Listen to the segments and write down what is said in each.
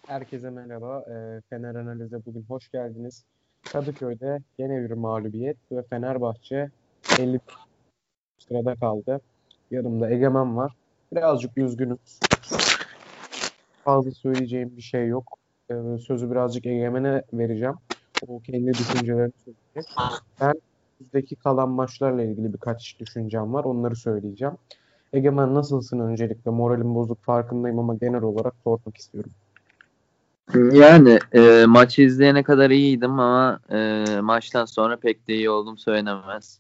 Herkese merhaba. Fener Analiz'e bugün hoş geldiniz. Kadıköy'de gene bir mağlubiyet ve Fenerbahçe 50 sırada kaldı. Yanımda Egemen var. Birazcık üzgünüz. Fazla söyleyeceğim bir şey yok. Sözü birazcık Egemen'e vereceğim. O kendi düşüncelerini söyleyecek. Ben önümüzdeki kalan maçlarla ilgili birkaç düşüncem var. Onları söyleyeceğim. Egemen nasılsın öncelikle? Moralim bozuk farkındayım ama genel olarak sormak istiyorum. Yani maçı izleyene kadar iyiydim ama maçtan sonra pek de iyi oldum söylenemez.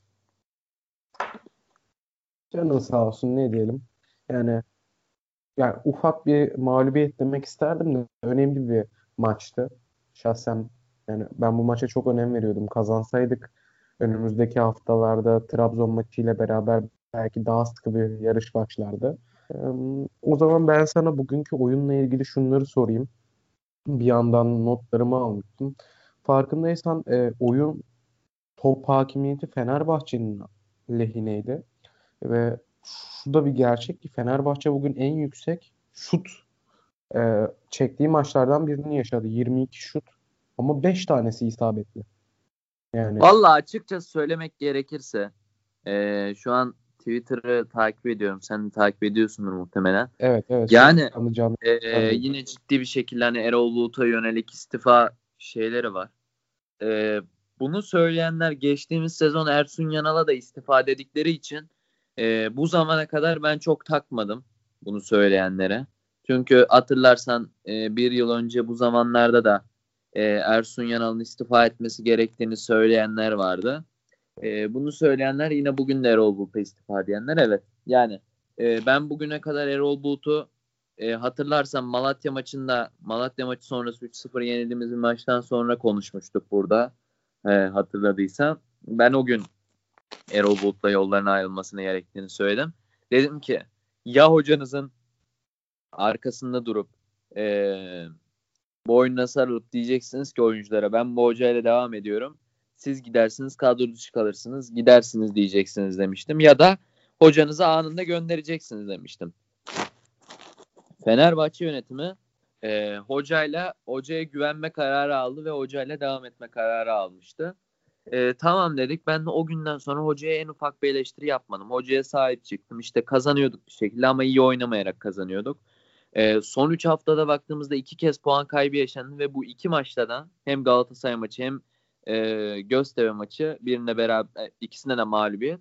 Canın sağ olsun ne diyelim. Yani ufak bir mağlubiyet demek isterdim de önemli bir maçtı. Şahsen yani ben bu maça çok önem veriyordum. Kazansaydık önümüzdeki haftalarda Trabzon maçıyla beraber belki daha sıkı bir yarış başlardı. Ee, O zaman ben sana bugünkü oyunla ilgili şunları sorayım. Bir yandan notlarımı almıştım. Farkındaysan oyun top hakimiyeti Fenerbahçe'nin lehineydi. Ve şu da bir gerçek ki Fenerbahçe bugün en yüksek şut çektiği maçlardan birini yaşadı. 22 şut ama 5 tanesi isabetli. Yani Vallahi açıkçası söylemek gerekirse şu an Twitter'ı takip ediyorum. Sen de takip ediyorsundur muhtemelen. evet evet şu Yani anda canlı yayındayım. yine ciddi bir şekilde hani Erol Bulut'a yönelik istifa şeyleri var. E, Bunu söyleyenler geçtiğimiz sezon Ersun Yanal'a da istifa dedikleri için bu zamana kadar ben çok takmadım bunu söyleyenlere. Çünkü hatırlarsan bir yıl önce bu zamanlarda da Ersun Yanal'ın istifa etmesi gerektiğini söyleyenler vardı. Bunu söyleyenler yine bugün de Erol Bulut'a istifa diyenler, evet. Yani ben bugüne kadar Erol Bulut'u hatırlarsan Malatya maçı sonrası 3-0 yenildiğimiz bir maçtan sonra konuşmuştuk burada. Hatırladıysan. Ben o gün Erol Bulut'la yollarına ayrılmasını gerektiğini söyledim. Dedim ki ya hocanızın arkasında durup boynuna sarılıp diyeceksiniz ki oyunculara ben bu hocayla devam ediyorum. Siz gidersiniz kadro dışı kalırsınız. Gidersiniz diyeceksiniz demiştim. Ya da hocanızı anında göndereceksiniz demiştim. Fenerbahçe yönetimi hocaya güvenme kararı aldı ve hocayla devam etme kararı almıştı. Tamam dedik. Ben de o günden sonra hocaya en ufak bir eleştiri yapmadım. Hocaya sahip çıktım. İşte kazanıyorduk bir şekilde ama iyi oynamayarak kazanıyorduk. Son 3 haftada baktığımızda 2 kez puan kaybı yaşandı ve bu 2 maçta da hem Galatasaray maçı hem Göztepe maçı birinde beraber ikisinde de mağlubiyet.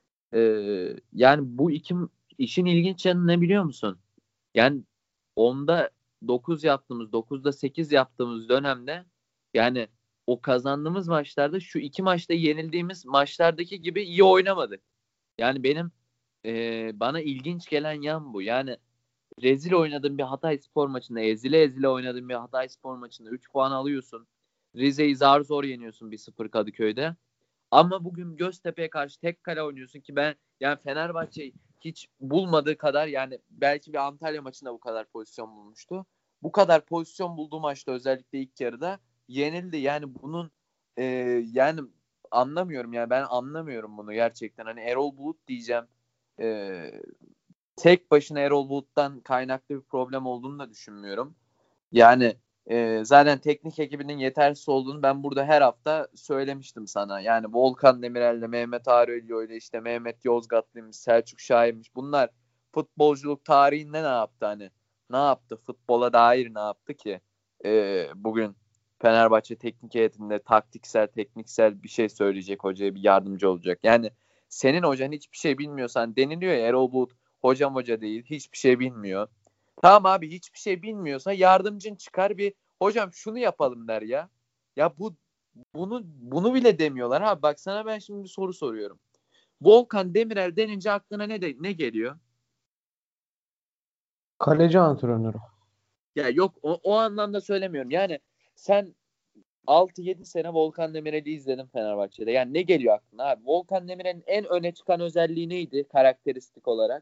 Yani bu iki işin ilginç yanı ne biliyor musun? Yani onda 9 yaptığımız, 9'da 8 yaptığımız dönemde yani o kazandığımız maçlarda şu iki maçta yenildiğimiz maçlardaki gibi iyi oynamadık. Yani benim bana ilginç gelen yan bu. Yani rezil oynadığın bir Hatayspor maçında, ezile ezile oynadığın bir Hatayspor maçında 3 puan alıyorsun. Rize'yi zar zor yeniyorsun 1-0 Kadıköy'de. Ama bugün Göztepe'ye karşı tek kale oynuyorsun ki ben yani Fenerbahçe hiç bulmadığı kadar, yani belki bir Antalya maçında bu kadar pozisyon bulmuştu. Bu kadar pozisyon bulduğu maçta özellikle ilk yarıda yenildi. Yani bunun e, yani anlamıyorum, yani ben anlamıyorum bunu gerçekten. Hani Erol Bulut diyeceğim. E, Tek başına Erol Bulut'tan kaynaklı bir problem olduğunu da düşünmüyorum. Yani zaten teknik ekibinin yetersiz olduğunu ben burada her hafta söylemiştim sana. Yani Volkan Demirel'le, Mehmet Ağrıoğlu'yla, işte Mehmet Yozgatlı'ymış, Selçuk Şahin'miş. Bunlar futbolculuk tarihinde ne yaptı hani? Ne yaptı? Futbola dair ne yaptı ki? Bugün Fenerbahçe teknik heyetinde taktiksel, tekniksel bir şey söyleyecek, hocaya bir yardımcı olacak. Yani senin hocan hiçbir şey bilmiyorsan, deniliyor ya Erol Bulut hocam hoca değil, hiçbir şey bilmiyor. Tamam abi, hiçbir şey bilmiyorsa yardımcın çıkar bir hocam şunu yapalım der ya. Ya bunu bile demiyorlar ha. Bak sana ben şimdi bir soru soruyorum. Volkan Demirel denince aklına ne geliyor? Kaleci antrenörü. Ya yok, o anlamda söylemiyorum. Yani sen 6-7 sene Volkan Demirel'i izledin Fenerbahçe'de. Yani ne geliyor aklına abi? Volkan Demirel'in en öne çıkan özelliği neydi karakteristik olarak?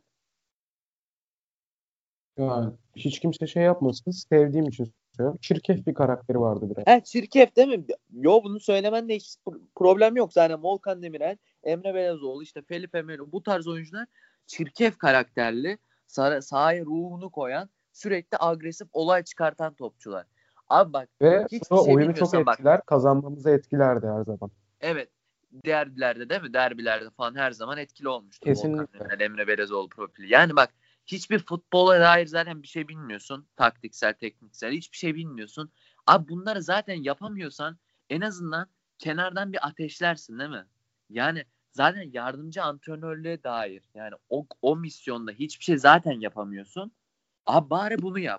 Yani hiç kimse şey yapmasın sevdiğim için söylüyorum. Çirkef bir karakteri vardı biraz. Çirkef değil mi? Yo, bunu söylemende hiç problem yok. Zaten Volkan Demirel, Emre Belezoğlu, işte Felipe Melo, bu tarz oyuncular çirkef karakterli, sahaya ruhunu koyan, sürekli agresif olay çıkartan topçular. Abi bak, Ve hiçbir sonra şey oyunu çok bilmiyorsan bak. etkiler, kazanmamızı etkilerdi her zaman. Evet, derbilerde değil mi? Derbilerde falan her zaman etkili olmuştur Volkan Kesinlikle. Demirel, Emre Belezoğlu profili. Yani bak, hiçbir futbola dair zaten bir şey bilmiyorsun. Taktiksel, tekniksel hiçbir şey bilmiyorsun. Abi bunları zaten yapamıyorsan en azından kenardan bir ateşlersin değil mi? Yani zaten yardımcı antrenörlüğe dair yani o misyonda hiçbir şey zaten yapamıyorsun. Abi bari bunu yap.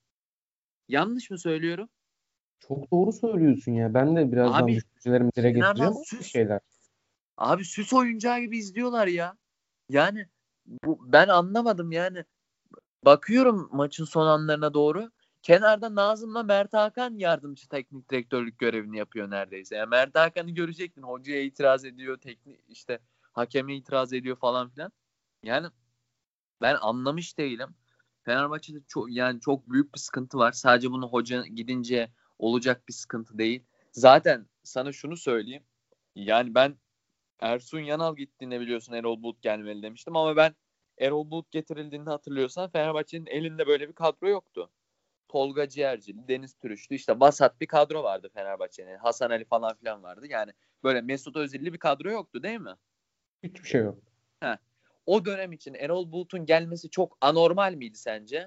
Yanlış mı söylüyorum? Çok doğru söylüyorsun ya. Ben de birazdan Abi düşüncelerimi dile kenardan getireceğim. Aynı süs. şeyler. Abi süs oyuncağı gibi izliyorlar ya. Yani ben anlamadım yani. Bakıyorum maçın son anlarına doğru. Kenarda Nazım'la Mert Hakan yardımcı teknik direktörlük görevini yapıyor neredeyse. Yani Mert Hakan'ı görecektin. Hocaya itiraz ediyor, işte hakeme itiraz ediyor falan filan. Yani ben anlamış değilim. Fenerbahçe'de çok büyük bir sıkıntı var. Sadece bunu hoca gidince olacak bir sıkıntı değil. Zaten sana şunu söyleyeyim. Yani ben Ersun Yanal gittiğinde biliyorsun Erol Bulut gelmeli demiştim ama ben Erol Bulut getirildiğinde hatırlıyorsan Fenerbahçe'nin elinde böyle bir kadro yoktu. Tolga Ciğercili, Deniz Türüşlü işte vasat bir kadro vardı Fenerbahçe'nin. Hasan Ali falan filan vardı. Yani böyle Mesut Özil'li bir kadro yoktu değil mi? Hiçbir şey yok. Heh. O dönem için Erol Bulut'un gelmesi çok anormal miydi sence?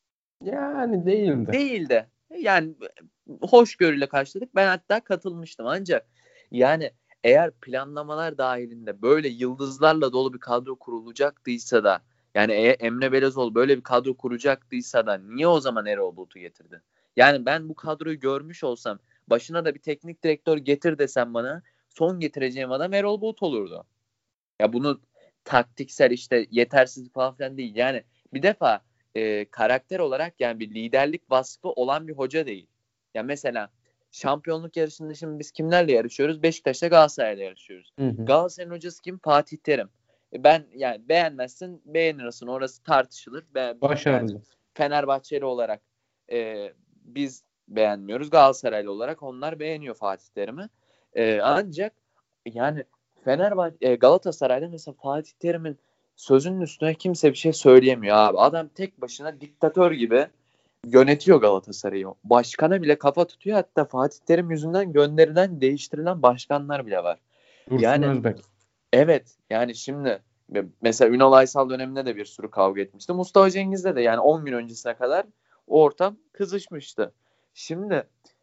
Yani değildi. Değil de. Yani hoşgörüyle karşıladık. Ben hatta katılmıştım. Ancak yani eğer planlamalar dahilinde böyle yıldızlarla dolu bir kadro kurulacaktıysa da yani Emre Belezoğlu böyle bir kadro kuracaktıysa da niye o zaman Erol Bulut'u getirdi? Yani ben bu kadroyu görmüş olsam başına da bir teknik direktör getir desem bana son getireceğim adam Erol Bulut olurdu. Ya bunu taktiksel işte yetersizlik falan filan değil. Yani bir defa karakter olarak yani bir liderlik vasfı olan bir hoca değil. Ya mesela şampiyonluk yarışında şimdi biz kimlerle yarışıyoruz? Beşiktaş'la Galatasaray'la yarışıyoruz. Hı hı. Galatasaray'ın hocası kim? Fatih Terim. Ben yani beğenmezsin, beğenirsin. Orası tartışılır. Yani Başarılı. Fenerbahçeli olarak biz beğenmiyoruz. Galatasaraylı olarak onlar beğeniyor Fatih Terim'i. Ancak yani Galatasaray'da mesela Fatih Terim'in sözünün üstüne kimse bir şey söyleyemiyor abi. Adam tek başına diktatör gibi yönetiyor Galatasaray'ı. Başkana bile kafa tutuyor. Hatta Fatih Terim yüzünden gönderilen, değiştirilen başkanlar bile var. Dursun Yani Özbek. evet yani şimdi mesela Ünal Aysal döneminde de bir sürü kavga etmişti. Mustafa Cengiz'le de yani 10 gün öncesine kadar o ortam kızışmıştı. Şimdi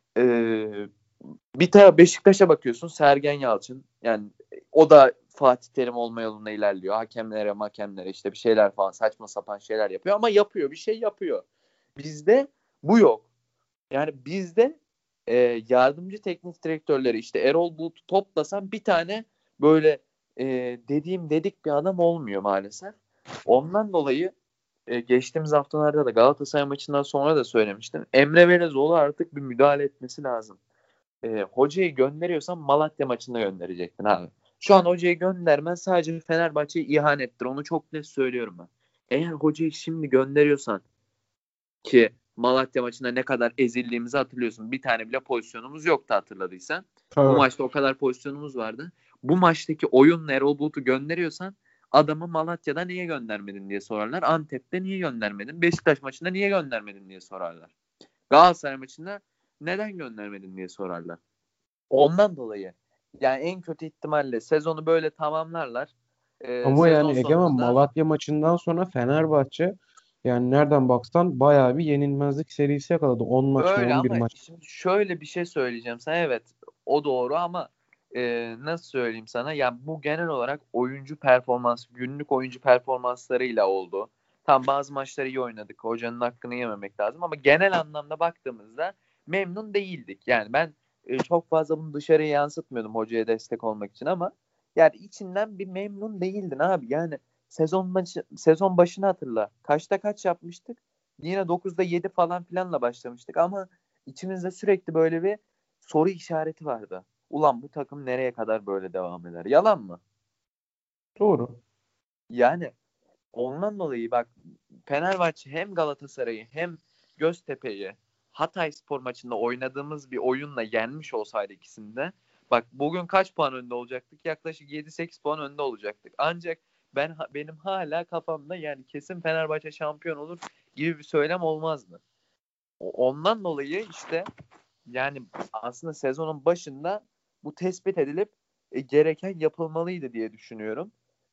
e, bir tane Beşiktaş'a bakıyorsun Sergen Yalçın. Yani o da Fatih Terim olma yolunda ilerliyor. Hakemlere işte bir şeyler falan saçma sapan şeyler yapıyor ama yapıyor. Bir şey yapıyor. Bizde bu yok. Yani bizde yardımcı teknik direktörleri işte Erol Bulut'u toplasan bir tane böyle e, dedik bir adam olmuyor maalesef. Ondan dolayı geçtiğimiz haftalarda da Galatasaray maçından sonra da söylemiştim. Emre Belezoğlu artık bir müdahale etmesi lazım. Hocayı gönderiyorsan Malatya maçında gönderecektin abi. Şu an hocayı göndermen sadece Fenerbahçe'ye ihanettir. Onu çok net söylüyorum ben. Eğer hocayı şimdi gönderiyorsan ki Malatya maçında ne kadar ezildiğimizi hatırlıyorsun. Bir tane bile pozisyonumuz yoktu hatırladıysan. Bu Tabii. maçta o kadar pozisyonumuz vardı. Bu maçtaki oyunla Erol Bulut'u gönderiyorsan adamı Malatya'da niye göndermedin diye sorarlar. Antep'te niye göndermedin? Beşiktaş maçında niye göndermedin diye sorarlar. Galatasaray maçında neden göndermedin diye sorarlar. Ondan dolayı yani en kötü ihtimalle sezonu böyle tamamlarlar. Ama Sezon yani Egemen sonunda da Malatya maçından sonra Fenerbahçe yani nereden baksan bayağı bir yenilmezlik serisi yakaladı. 10 maç mı öyle 11 ama maç. şimdi şöyle bir şey söyleyeceğim sana. Evet o doğru ama nasıl söyleyeyim sana? Yani bu genel olarak oyuncu performans, günlük oyuncu performanslarıyla oldu. Tam bazı maçları iyi oynadık. Hocanın hakkını yememek lazım ama genel anlamda baktığımızda memnun değildik. Yani ben çok fazla bunu dışarıya yansıtmıyordum hocaya destek olmak için ama yani içinden bir memnun değildin abi. Yani sezon başını hatırla. Kaçta kaç yapmıştık? Yine 9'da 7 falan filanla başlamıştık ama içimizde sürekli böyle bir soru işareti vardı. Ulan bu takım nereye kadar böyle devam eder? Yalan mı? Doğru. Yani ondan dolayı bak Fenerbahçe hem Galatasaray'ı hem Göztepe'yi Hatayspor maçında oynadığımız bir oyunla yenmiş olsaydı ikisinde bak bugün kaç puan önde olacaktık? Yaklaşık 7-8 puan önde olacaktık. Ancak benim hala kafamda yani kesin Fenerbahçe şampiyon olur gibi bir söylem olmazdı. Ondan dolayı işte yani aslında sezonun başında bu tespit edilip gereken yapılmalıydı diye düşünüyorum.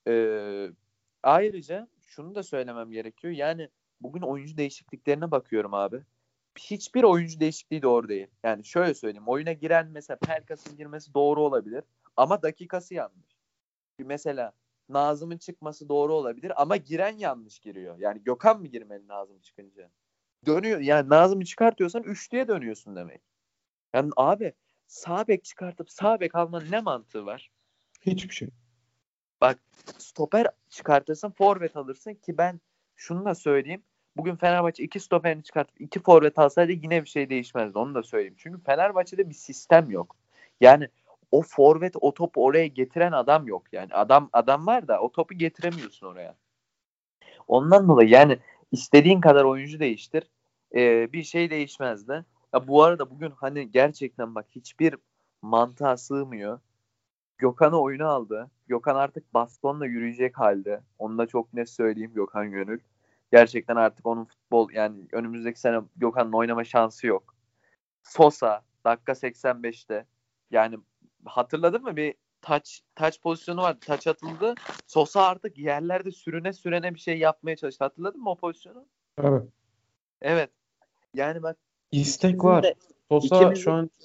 Ayrıca şunu da söylemem gerekiyor. Yani bugün oyuncu değişikliklerine bakıyorum abi. Hiçbir oyuncu değişikliği doğru değil. Yani şöyle söyleyeyim. Oyuna giren mesela Pelkas'ın girmesi doğru olabilir. Ama dakikası yanlış. Mesela Nazım'ın çıkması doğru olabilir. Ama giren yanlış giriyor. Yani Gökhan mı girmeli Nazım çıkınca? Dönüyor. Yani Nazım'ı çıkartıyorsan üçlüye dönüyorsun demek. Yani abi sağ bek çıkartıp sağ bek almanın ne mantığı var? Hiçbir şey. Bak stoper çıkartırsın, forvet alırsın ki ben şunu da söyleyeyim. Bugün Fenerbahçe 2 stoperini çıkartıp 2 forvet alsaydı yine bir şey değişmezdi. Onu da söyleyeyim. Çünkü Fenerbahçe'de bir sistem yok. Yani o forvet o topu oraya getiren adam yok. Yani adam var da o topu getiremiyorsun oraya. Ondan dolayı yani istediğin kadar oyuncu değiştir. Bir şey değişmezdi. Ya bu arada bugün hani gerçekten bak hiçbir mantığa sığmıyor. Gökhan'ı oyuna aldı. Gökhan artık bastonla yürüyecek halde. Onu da çok net söyleyeyim Gökhan Gönül. Gerçekten artık onun futbol yani önümüzdeki sene Gökhan'ın oynama şansı yok. Sosa dakika 85'te. Yani hatırladın mı bir taç pozisyonu vardı. Taç atıldı. Sosa artık yerlerde sürüne sürene bir şey yapmaya çalıştı. Hatırladın mı o pozisyonu? Evet. Evet. Yani bak İstek ikimizin var. de Sosa şu ikimizin an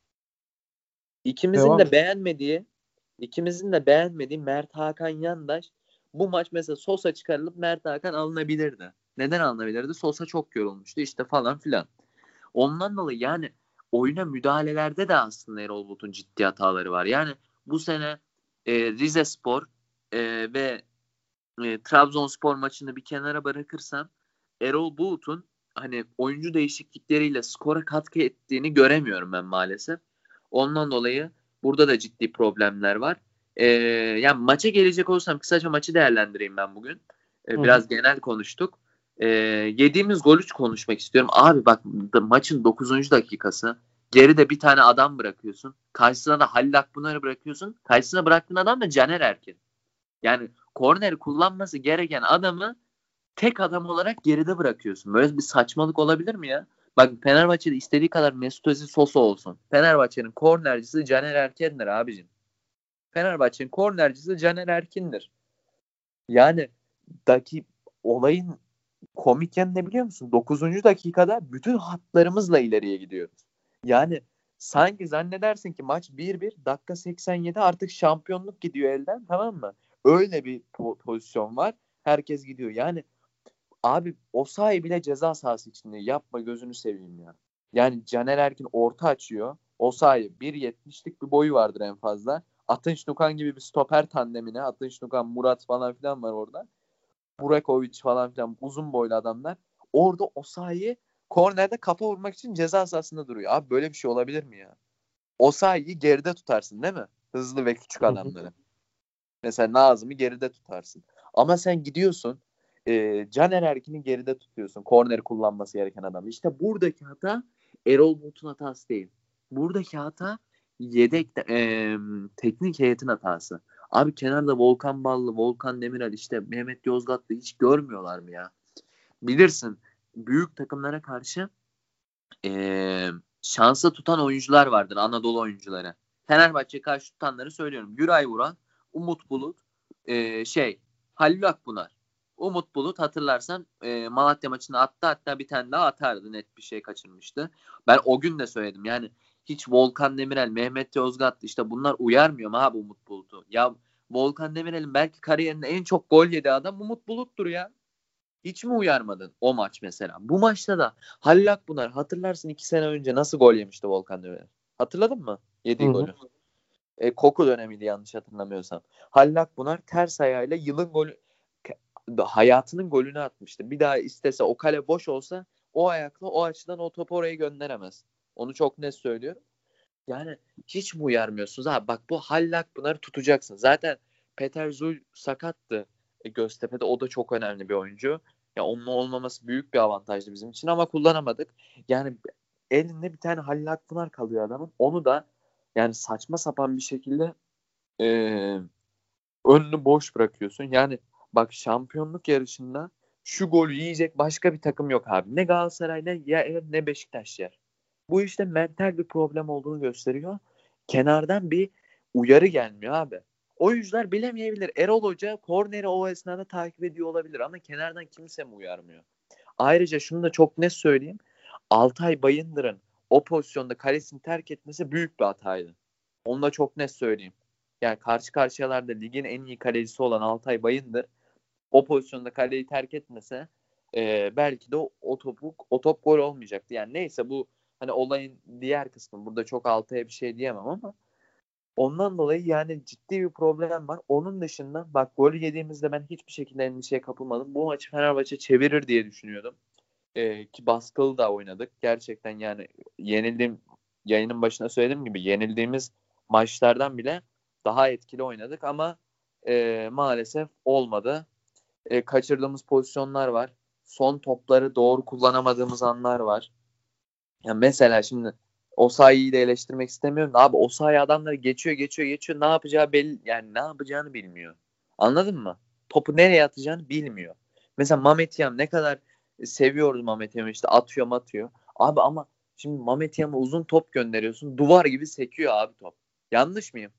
ikimizin devam de et. beğenmediği İkimizin de beğenmediği Mert Hakan Yandaş. Bu maç mesela Sosa çıkarılıp Mert Hakan alınabilirdi. Neden alınabilirdi? Sosa çok yorulmuştu işte falan filan. Ondan dolayı yani oyuna müdahalelerde de aslında Erol Bulut'un ciddi hataları var. Yani bu sene Rizespor ve Trabzonspor maçını bir kenara bırakırsam Erol Bulut'un hani oyuncu değişiklikleriyle skora katkı ettiğini göremiyorum ben maalesef. Ondan dolayı burada da ciddi problemler var. Yani maça gelecek olursam kısaca maçı değerlendireyim ben bugün. Hı hı. Biraz genel konuştuk. Yediğimiz golü konuşmak istiyorum. Abi bak maçın 9. dakikası. Geride bir tane adam bırakıyorsun. Karşısına da Halil Akpınar'ı bırakıyorsun. Karşısına bıraktığın adam da Caner Erkin. Yani korneri kullanması gereken adamı tek adam olarak geride bırakıyorsun. Böyle bir saçmalık olabilir mi ya? Bak Fenerbahçe'de istediği kadar Mesut Özil Sosa olsun. Fenerbahçe'nin kornercisi Caner Erkin'dir abicim. Fenerbahçe'nin kornercisi Caner Erkin'dir. Yani daki olayın komik yanı ne biliyor musun? 9. dakikada bütün hatlarımızla ileriye gidiyoruz. Yani sanki zannedersin ki maç 1-1 dakika 87 artık şampiyonluk gidiyor elden, tamam mı? Öyle bir pozisyon var. Herkes gidiyor. Yani abi Osayi bile ceza sahası içinde. Yapma gözünü seveyim ya. Yani Caner Erkin orta açıyor. Osayi 1.70'lik bir boyu vardır en fazla. Atınç Nukan gibi bir stoper tandemine. Atınç Nukan, Murat falan filan var orada. Burakovic falan filan uzun boylu adamlar. Orada Osayi kornerde kafa vurmak için ceza sahasında duruyor. Abi böyle bir şey olabilir mi ya? Osayi'yi geride tutarsın değil mi? Hızlı ve küçük Hı hı. adamları. Mesela Nazım'ı geride tutarsın. Ama sen gidiyorsun Caner Erkin'i geride tutuyorsun. Korneri kullanması gereken adam. İşte buradaki hata Erol Bulut'un hatası değil. Buradaki hata yedek teknik heyetin hatası. Abi kenarda Volkan Ballı, Volkan Demirel, işte Mehmet Yozgatlı hiç görmüyorlar mı ya? Bilirsin büyük takımlara karşı şansa tutan oyuncular vardır, Anadolu oyuncuları. Fenerbahçe'ye karşı tutanları söylüyorum. Güray Vuran, Umut Bulut, şey Halil Akbunar. Umut Bulut hatırlarsan Malatya maçında attı, hatta bir tane daha atardı, net bir şey kaçırmıştı. Ben o gün de söyledim yani hiç Volkan Demirel, Mehmet Yozgatlı işte bunlar uyarmıyor mu abi Umut Bulut'u? Ya Volkan Demirel'in belki kariyerinde en çok gol yediği adam Umut Bulut'tur ya. Hiç mi uyarmadın o maç mesela? Bu maçta da Halil Akbunar hatırlarsın 2 sene önce nasıl gol yemişti Volkan Demirel. Hatırladın mı? Hı Yediği hı. golü. Koku dönemiydi yanlış hatırlamıyorsam. Halil Akbunar ters ayağıyla yılın golü, hayatının golünü atmıştı. Bir daha istese o kale boş olsa o ayakla o açıdan o topu oraya gönderemez. Onu çok net söylüyorum. Yani hiç mi uyarmıyorsunuz abi? Bak bu Halil Akpınar'ı tutacaksın. Zaten Peter Zul sakattı Göztepe'de. O da çok önemli bir oyuncu. Ya onun olmaması büyük bir avantajdı bizim için ama kullanamadık. Yani elinde bir tane Halil Akpınar kalıyor adamın. Onu da yani saçma sapan bir şekilde e, önünü boş bırakıyorsun. Yani bak şampiyonluk yarışında şu golü yiyecek başka bir takım yok abi. Ne Galatasaray ne Beşiktaş yer. Bu işte mental bir problem olduğunu gösteriyor. Kenardan bir uyarı gelmiyor abi. Oyuncular bilemeyebilir. Erol Hoca korneri o esnada takip ediyor olabilir ama kenardan kimse mi uyarmıyor? Ayrıca şunu da çok net söyleyeyim. Altay Bayındır'ın o pozisyonda kalesini terk etmesi büyük bir hataydı. Onu da çok net söyleyeyim. Yani karşı karşıyalarda ligin en iyi kalecisi olan Altay Bayındır o pozisyonda kaleyi terk etmese belki de o top gol olmayacaktı. Yani neyse bu hani olayın diğer kısmı. Burada çok Altay'a bir şey diyemem ama ondan dolayı yani ciddi bir problem var. Onun dışında bak gol yediğimizde ben hiçbir şekilde endişeye kapılmadım. Bu maçı Fenerbahçe çevirir diye düşünüyordum. Ki baskılı da oynadık. Gerçekten yani yayının başında söylediğim gibi yenildiğimiz maçlardan bile daha etkili oynadık ama maalesef olmadı. Kaçırdığımız pozisyonlar var. Son topları doğru kullanamadığımız anlar var. Yani mesela şimdi Osayi'yi de eleştirmek istemiyorum da abi Osayi adamları geçiyor. Ne yapacağı belli, yani ne yapacağını bilmiyor. Anladın mı? Topu nereye atacağını bilmiyor. Mesela Mehmet Yam ne kadar seviyoruz Mehmet Yam'ı işte atıyor. Abi ama şimdi Mehmet Yam'a uzun top gönderiyorsun. Duvar gibi sekiyor abi top. Yanlış mıyım?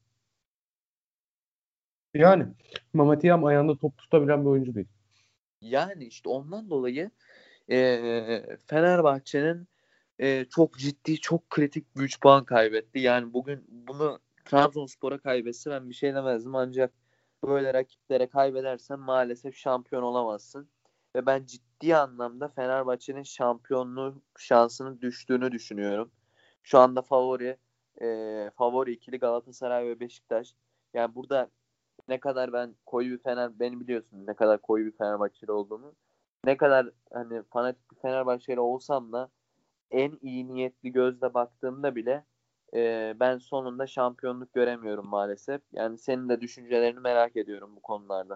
Yani Mehmet Yam ayağında top tutabilen bir oyuncu değil. Yani işte ondan dolayı Fenerbahçe'nin çok ciddi, çok kritik bir 3 puan kaybetti. Yani bugün bunu Trabzonspor'a kaybetse ben bir şey demezdim ancak böyle rakiplere kaybedersen maalesef şampiyon olamazsın. Ve ben ciddi anlamda Fenerbahçe'nin şampiyonluğu şansının düştüğünü düşünüyorum. Şu anda favori ikili Galatasaray ve Beşiktaş. Yani burada ne kadar ben koyu bir beni biliyorsun ne kadar koyu bir Fenerbahçeli olduğumu. Ne kadar hani fanatik bir Fenerbahçeli olsam da en iyi niyetli gözle baktığımda bile ben sonunda şampiyonluk göremiyorum maalesef. Yani senin de düşüncelerini merak ediyorum bu konularda.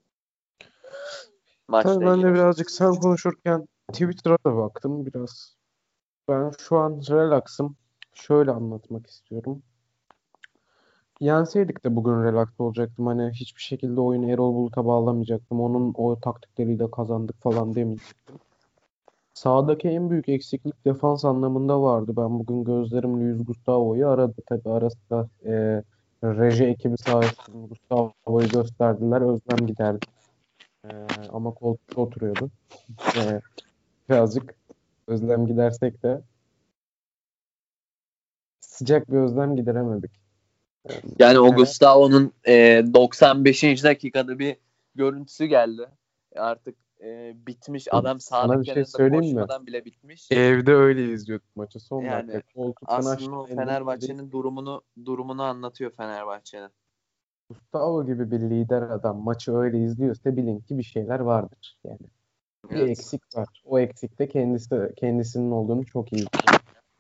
Tabii Maçla ben de ilgili. birazcık sen konuşurken Twitter'a da baktım biraz. Ben şu an relaxım. Şöyle anlatmak istiyorum. Yenseydik de bugün relax olacaktım. Hani hiçbir şekilde oyunu Erol Bulut'a bağlamayacaktım. Onun o taktikleriyle kazandık falan demeyecektim. Sağdaki en büyük eksiklik defans anlamında vardı. Ben bugün gözlerim Luis Gustavo'yu aradı. Tabii arasında reji ekibi sağ olsun Gustavo'yu gösterdiler. Özlem giderdi. E, ama koltukta oturuyordu. E, birazcık özlem gidersek de sıcak bir özlem gideremedik. E, Yani o Fener Gustavo'nun 95. dakikada bir görüntüsü geldi. Artık bitmiş. Adam sana sağda bir şey kenarında söyleyeyim mi? koşmadan bile bitmiş. Evde öyle izliyorduk maçı. Son dakika Yani koltuktan aslında o aşağı indim. Fenerbahçe'nin durumunu anlatıyor Fenerbahçe'nin. Gustavo gibi bir lider adam maçı öyle izliyorsa bilin ki bir şeyler vardır. Yani bir Evet. eksik var. O eksik de kendisinin olduğunu çok iyi biliyor.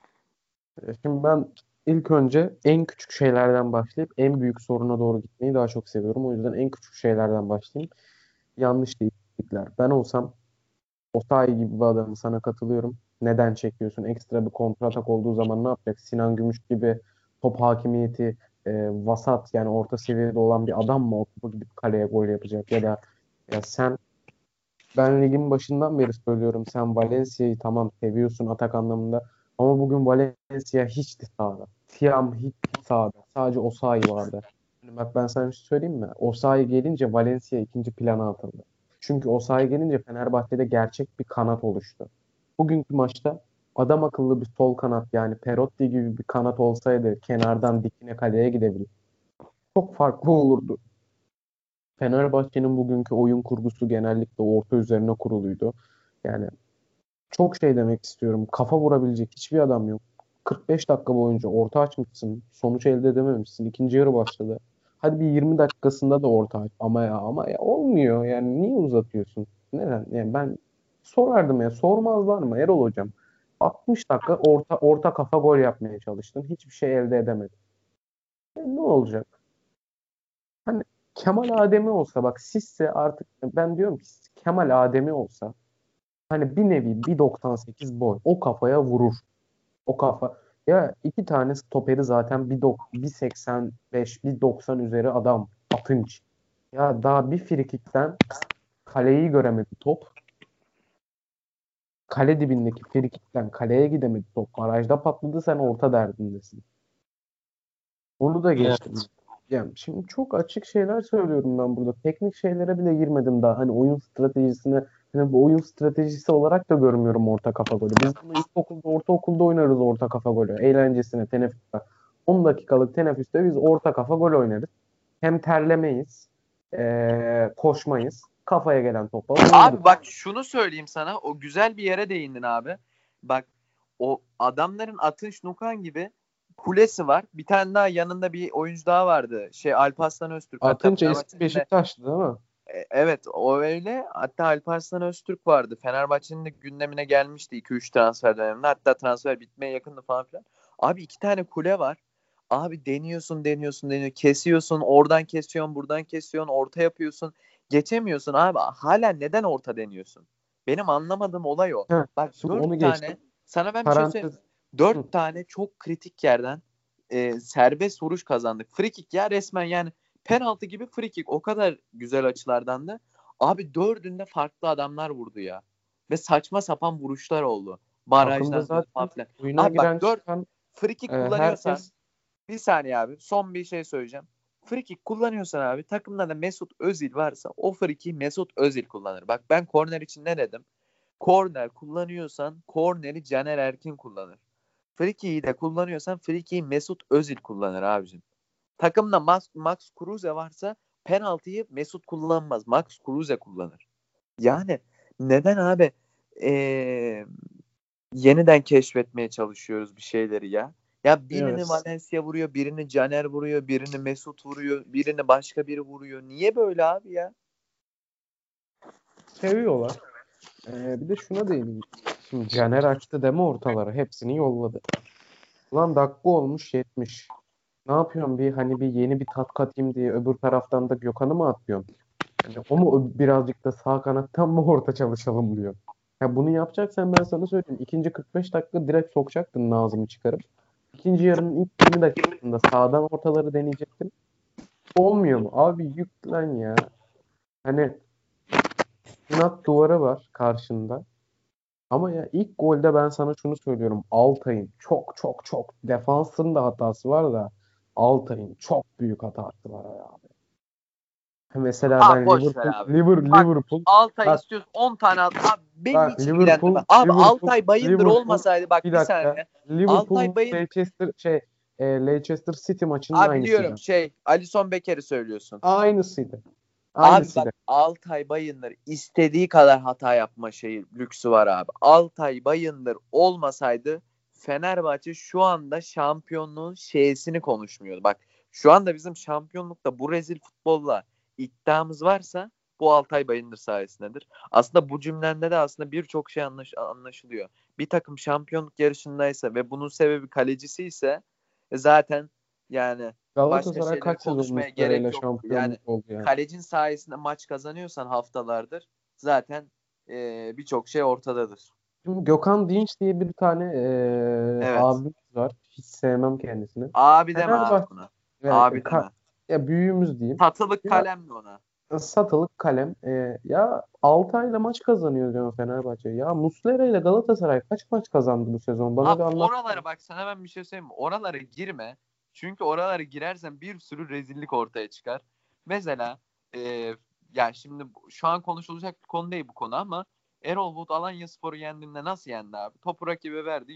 Şimdi ben ilk önce en küçük şeylerden başlayıp en büyük soruna doğru gitmeyi daha çok seviyorum. O yüzden en küçük şeylerden başlayayım. Yanlış değişiklikler. Ben olsam Osayi gibi bir adamı sana katılıyorum. Neden çekiyorsun? Ekstra bir kontratak olduğu zaman ne yapacak? Sinan Gümüş gibi top hakimiyeti vasat yani orta seviyede olan bir adam mı o topu gidip kaleye gol yapacak? Ya da ya sen ben ligin başından beri söylüyorum sen Valencia'yı tamam seviyorsun atak anlamında ama bugün Valencia hiçti sahada. Tiam hiç sahada. Sadece Osayi vardı. Şimdi bak ben sana bir şey söyleyeyim mi? Osayi gelince Valencia ikinci plana atıldı. Çünkü Osayi gelince Fenerbahçe'de gerçek bir kanat oluştu. Bugünkü maçta adam akıllı bir sol kanat yani Perotti gibi bir kanat olsaydı kenardan dikine kaleye gidebilir. Çok farklı olurdu. Fenerbahçe'nin bugünkü oyun kurgusu genellikle orta üzerine kuruluydu. Yani çok şey demek istiyorum. Kafa vurabilecek hiçbir adam yok. 45 dakika boyunca orta açmışsın. Sonuç elde edememişsin. İkinci yarı başladı. Hadi bir 20 dakikasında da orta aç. Ama ya olmuyor. Yani niye uzatıyorsun? Neden? Yani ben sorardım ya. Sormazlar mı Erol hocam? 60 dakika orta kafa gol yapmaya çalıştın. Hiçbir şey elde edemedin. Ne olacak? Hani Kemal Ademi olsa bak Sisse artık ben diyorum ki Kemal Ademi olsa hani bir nevi 1.98 boy o kafaya vurur. O kafa ya iki tane stoperi zaten 1.85 1.90 üzeri adam Atınç. Ya daha bir frikikten kaleyi göremedi top. kale dibindeki frikikten kaleye gidemedi top. Barajda patladı, sen orta derdindesin. Onu da geçtim. Evet. Yani şimdi çok açık şeyler söylüyorum ben burada. Teknik şeylere bile girmedim daha. Hani oyun stratejisine, hani bu oyun stratejisi olarak da görmüyorum orta kafa golü. Biz bunu ilkokulda, ortaokulda oynarız orta kafa golü. Eğlencesine, teneffüste. 10 dakikalık teneffüste biz orta kafa gol oynarız. Hem terlemeyiz, koşmayız. Kafaya gelen topa vururuz. Abi bak şunu söyleyeyim sana. O güzel bir yere değindin abi. Bak o adamların Atınç Nukan gibi kulesi var. Bir tane daha yanında bir oyuncu daha vardı. Alparslan Öztürk. Hatta Atınç eski Fenerbahçe'nin de Beşiktaş'tı değil mi? evet o öyle. Hatta Alparslan Öztürk vardı. Fenerbahçe'nin de gündemine gelmişti 2-3 transfer döneminde. Hatta transfer bitmeye yakındı falan filan. Abi 2 tane kule var. Abi deniyorsun. Kesiyorsun. Oradan kesiyorsun. Buradan kesiyorsun. Orta yapıyorsun. Geçemiyorsun abi. Hala neden orta deniyorsun? Benim anlamadığım olay o. Heh, Bak şimdi onu 4 tane geçtim. sana ben bir şey söyleyeyim. Parantez. Hı, 4 tane çok kritik yerden serbest vuruş kazandık. Free kick ya resmen yani penaltı gibi free kick. O kadar güzel açılardan da. Abi 4'ünde farklı adamlar vurdu ya. Ve saçma sapan vuruşlar oldu. takımda Barajdan dönüp falan zaten filan. oyuna Abi bak giren 4 çıkan free kick kullanıyorsan herkes bir saniye abi son bir şey söyleyeceğim. Free kick kullanıyorsan abi takımda da Mesut Özil varsa o free kick'i Mesut Özil kullanır. Bak ben korner için ne dedim? Korner kullanıyorsan korneri Caner Erkin kullanır. Free kick'i de kullanıyorsan free kick'i Mesut Özil kullanır abicim. Takımda Max Kruse varsa penaltıyı Mesut kullanmaz. Max Kruse kullanır. Yani neden abi ee, yeniden keşfetmeye çalışıyoruz bir şeyleri ya? Ya birini evet, Valencia vuruyor, birini Caner vuruyor, birini Mesut vuruyor, birini başka biri vuruyor. Niye böyle abi ya? seviyorlar. Bir de şuna değineyim. Şimdi Caner açtı deme ortaları. Hepsini yolladı. Ulan dakika olmuş 70. Ne yapıyorsun, bir hani bir yeni bir tat katayım diye öbür taraftan da Gökhan'ı mı atıyorsun? Yani o mu birazcık da sağ kanattan mı orta çalışalım diyor. Ya bunu yapacaksan ben sana söyleyeyim. İkinci 45 dakika direkt sokacaktın Nazım'ı çıkarıp. İkinci yarının ilk 20 dakikasında sağdan ortaları deneyecektin. Olmuyor mu? Abi yüklen ya. Hani inat duvarı var karşında. Ama ya ilk golde ben sana şunu söylüyorum. Altay'ın çok çok çok defansın da hatası var da Altay'ın çok büyük hatası var ya. Mesela Abi ben boş ver abi. Bak Liverpool Altay bak istiyorsun 10 tane at. Abi beni bak hiç ilgilendirmez. Abi Liverpool Altay Bayındır Liverpool olmasaydı bak bir bir dakika. saniye. Liverpool Altay Bayındır. Leicester City maçının Abi biliyorum aynısıydı. Alisson Becker'i söylüyorsun. Aynısıydı. Abi bak Aynısıydı. Altay Bayındır istediği kadar hata yapma lüksü var abi. Altay Bayındır olmasaydı Fenerbahçe şu anda şampiyonluğun şeysini konuşmuyordu. Bak şu anda bizim şampiyonlukta bu rezil futbolla iddiamız varsa bu Altay Bayındır sayesindedir. Aslında bu cümlende de aslında birçok şey anlaşılıyor. Bir takım şampiyonluk yarışındaysa ve bunun sebebi kalecisi ise zaten yani başka Galatasaray şeyleri kaç sezon konuşmaya gerek Muslera'yla yoktu. Yani şampiyonluk oldu yani. kalecin sayesinde maç kazanıyorsan haftalardır zaten birçok şey ortadadır. Şimdi Gökhan Dinç diye bir tane Evet. abimiz var. Hiç sevmem kendisini. Abi deme abi Fenerbahçe buna. yani Abi deme. ya büyüğümüz diyeyim. Satılık Ya kalem mi ona? satılık kalem. Ya 6 ayla maç kazanıyor diyor Fenerbahçe. Ya Muslera ile Galatasaray kaç maç kazandı bu sezon? Bana Abi bir anlat. oralara bak sana ben bir şey söyleyeyim mi? Oralara girme. Çünkü oralara girersen bir sürü rezillik ortaya çıkar. Mesela e, yani şimdi şu an konuşulacak bir konu değil bu konu ama Erol Bulut Alanyaspor'u yendiğinde nasıl yendi abi? Topu rakibe verdi.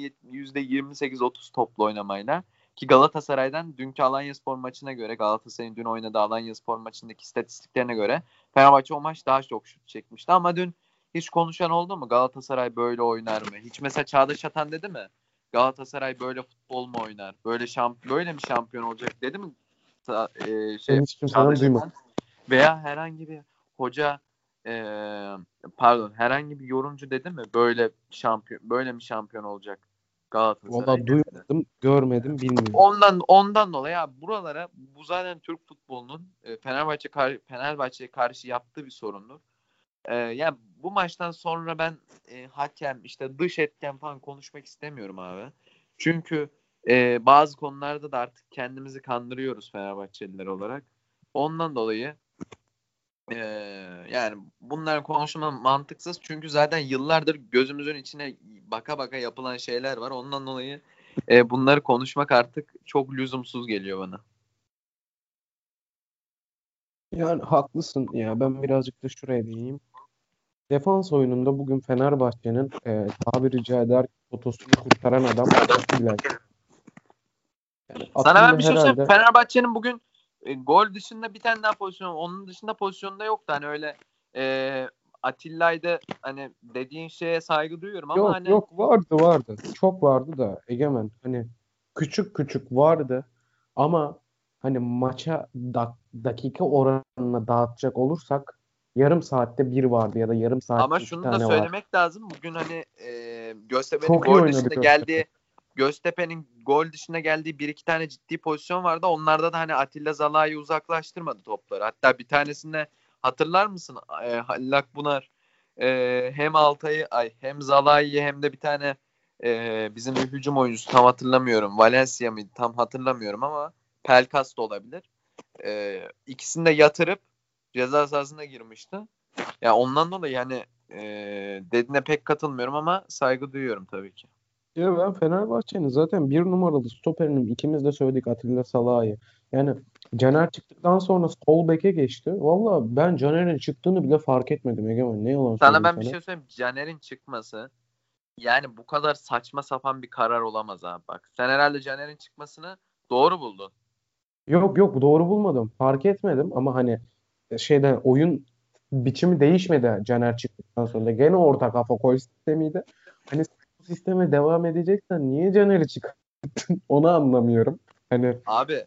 %28-30 toplu oynamayla. Ki Galatasaray'dan dünkü Alanyaspor maçına göre Galatasaray'ın dün oynadığı Alanyaspor maçındaki istatistiklerine göre Fenerbahçe o maç daha çok şut çekmişti ama dün hiç konuşan oldu mu? Galatasaray böyle oynar mı? Hiç mesela Çağdaş Atan dedi mi? Galatasaray böyle futbol mu oynar? Böyle mi şampiyon olacak dedi mi? Ben hiç kimseden Çağdaş duymadım. Atan veya herhangi bir hoca e, pardon herhangi bir yorumcu dedi mi? Böyle mi şampiyon olacak Galatasaray Valla demedi. duymadım, görmedim, bilmiyorum. Ondan dolayı abi buralara bu zaten Türk futbolunun Fenerbahçe'ye karşı yaptığı bir sorundur. Yani bu maçtan sonra ben hakem işte dış etken falan konuşmak istemiyorum abi. Çünkü bazı konularda da artık kendimizi kandırıyoruz Fenerbahçeliler olarak. Ondan dolayı Ee, Yani bunlar konuşma mantıksız çünkü zaten yıllardır gözümüzün içine baka baka yapılan şeyler var. Ondan dolayı bunları konuşmak artık çok lüzumsuz geliyor bana. Yani haklısın ya, ben birazcık da şuraya değineyim. Defans oyununda bugün Fenerbahçe'nin tabiri caizse potosunu kurtaran adam Atilla. Yani Sana ben Atilla bir şey söyleyeyim. herhalde Fenerbahçe'nin bugün gol dışında bir tane daha pozisyon, onun dışında pozisyonda yoktu. Hani öyle e, Atilla'ydı hani dediğin şeye saygı duyuyorum ama yok hani yok vardı. Çok vardı da Egemen, hani küçük küçük vardı ama hani maça dakika oranına dağıtacak olursak yarım saatte bir vardı ya da yarım ama saatte iki şunu da tane var. söylemek lazım. Bugün hani Göztepe'nin Çok iyi gol oynadı dışında Göztepe. geldiği Göztepe'nin gol dışında geldiği bir iki tane ciddi pozisyon vardı. Onlarda da hani Atilla Zalai'yi uzaklaştırmadı topları. Hatta bir tanesinde hatırlar mısın? Halil Akbunar hem Altay'ı hem Zalai'yi hem de bir tane bizim bir hücum oyuncusu tam hatırlamıyorum. Valencia mıydı? Tam hatırlamıyorum ama Pelkas da olabilir. İkisini de yatırıp ceza sahasına girmişti. Ya ondan dolayı yani dediğine pek katılmıyorum ama saygı duyuyorum tabii ki. Ya ben Fenerbahçe'nin zaten bir numaralı stoperinin, ikimiz de söyledik, Atilla Salah'ı. Yani Caner çıktıktan sonra sol beke geçti. Valla ben Caner'in çıktığını bile fark etmedim Egemen. Ne yalan Sana söyleyeyim ben bir sana. şey söyleyeyim. Caner'in çıkması yani bu kadar saçma sapan bir karar olamaz abi bak. Sen herhalde Caner'in çıkmasını doğru buldun. Yok yok, doğru bulmadım. Fark etmedim ama hani oyun biçimi değişmedi Caner çıktıktan sonra. Gene orta kafa gol sistemiydi. Hani bu sisteme devam edeceksen niye Caner'i çıkarttın? Onu anlamıyorum. Hani Abi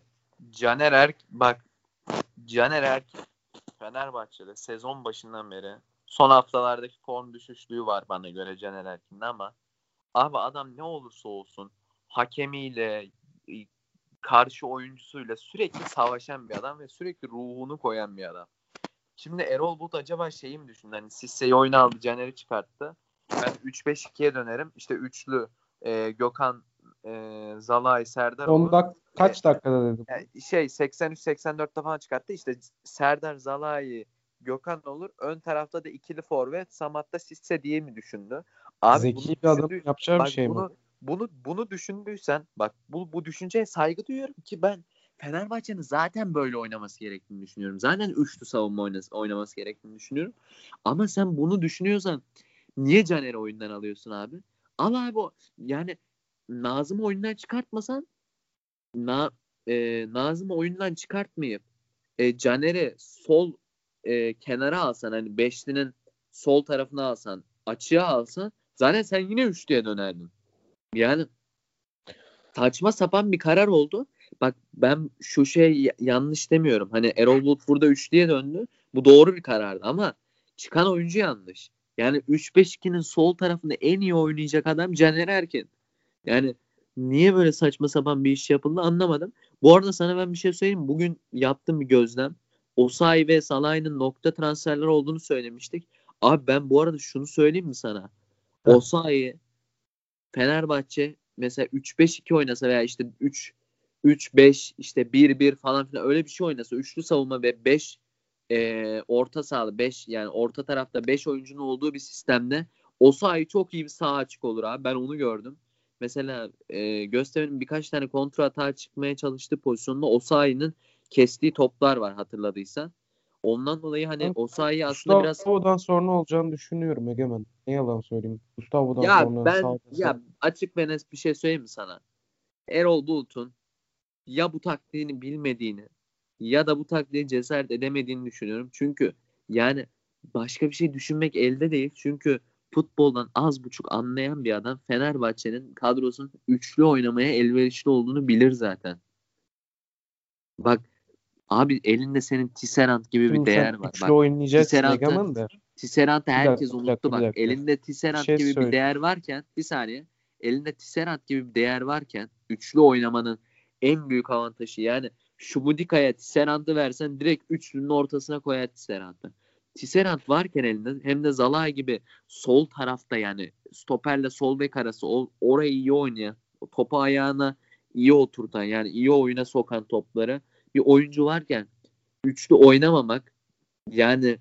bak Caner Fenerbahçe'de sezon başından beri son haftalardaki form düşüşlüğü var bana göre Caner Erkin'de ama abi adam ne olursa olsun hakemiyle karşı oyuncusuyla sürekli savaşan bir adam ve sürekli ruhunu koyan bir adam. Şimdi Erol Bulut acaba şeyi mi düşündü? Hani Sisse'yi oyuna aldı, Caner'i çıkarttı. Ben 3-5-2'ye dönerim. İşte üçlü Gökhan, Zalai, Serdar olur. E, kaç dakikada dedi bunu? 83-84'te falan çıkarttı. İşte Serdar, Zalai, Gökhan olur. Ön tarafta da ikili forvet, Samat'ta Sisse diye mi düşündü? Abi bunu Zeki bir adam yapacağı bir bak şey mi? bunu düşündüysen bak bu düşünceye saygı duyuyorum ki ben Fenerbahçe'nin zaten böyle oynaması gerektiğini düşünüyorum. Zaten üçlü savunma oynaması gerektiğini düşünüyorum. Ama sen bunu düşünüyorsan niye Caner'i oyundan alıyorsun abi? Al abi yani Nazım'ı oyundan çıkartmasan Na, Nazım'ı oyundan çıkartmayıp Caner'i sol kenara alsan hani beşlinin sol tarafına alsan açığa alsan zaten sen yine üçlüye dönerdin. Yani saçma sapan bir karar oldu. Bak ben şu yanlış demiyorum. Hani Erol Bulut burada üçlüye döndü. Bu doğru bir karardı ama çıkan oyuncu yanlış. Yani 3-5-2'nin sol tarafında en iyi oynayacak adam Caner Erkin. Yani niye böyle saçma sapan bir iş yapıldı anlamadım. Bu arada sana ben bir şey söyleyeyim. Bugün yaptığım bir gözlem. Osayi ve Salah'ın nokta transferler olduğunu söylemiştik. Abi ben bu arada şunu söyleyeyim mi sana? Heh. Osayi Fenerbahçe mesela 3-5-2 oynasa veya işte 3-5 işte 1-1 falan filan öyle bir şey oynasa üçlü savunma ve 5 orta sahalı 5 yani orta tarafta 5 oyuncunun olduğu bir sistemde Osayi çok iyi bir sağ açık olur abi. Ben onu gördüm. Mesela Göztepe'nin birkaç tane kontra atağa çıkmaya çalıştığı pozisyonda Osayi'nin kestiği toplar var hatırladıysan. Ondan dolayı hani Ben Osayi aslında biraz Gustavo'dan sonra olacağını düşünüyorum Egemen. Ne yalan söyleyeyim. Gustavo'dan ya sonra ben sağda ya açık ve net bir şey söyleyeyim mi sana? Erol Bulut'un ya bu taktiğini bilmediğini ya da bu taktiğe cesaret edemediğini düşünüyorum. Çünkü yani başka bir şey düşünmek elde değil. Çünkü futboldan az buçuk anlayan bir adam Fenerbahçe'nin kadrosunun üçlü oynamaya elverişli olduğunu bilir zaten. Bak abi elinde senin Tisserand gibi bir şimdi sen değer var. üçlü Bak oynayacaksın Tisserand'ı Egemen de. Tisserand'ı Bir herkes dakika, bir unuttu dakika, bir bak. dakika. Elinde Bir Tisserand şey gibi bir söyle. değer varken bir saniye. Elinde Tisserand gibi bir değer varken üçlü oynamanın en büyük avantajı yani Şubudika'ya Tisserand'ı versen direkt üçlünün ortasına koyar Tisserand'ı. Tisserand varken elinde hem de Zaha gibi sol tarafta yani stoperle sol bek arası orayı iyi oynayan topu ayağına iyi oturtan yani iyi oyuna sokan topları bir oyuncu varken üçlü oynamamak Yani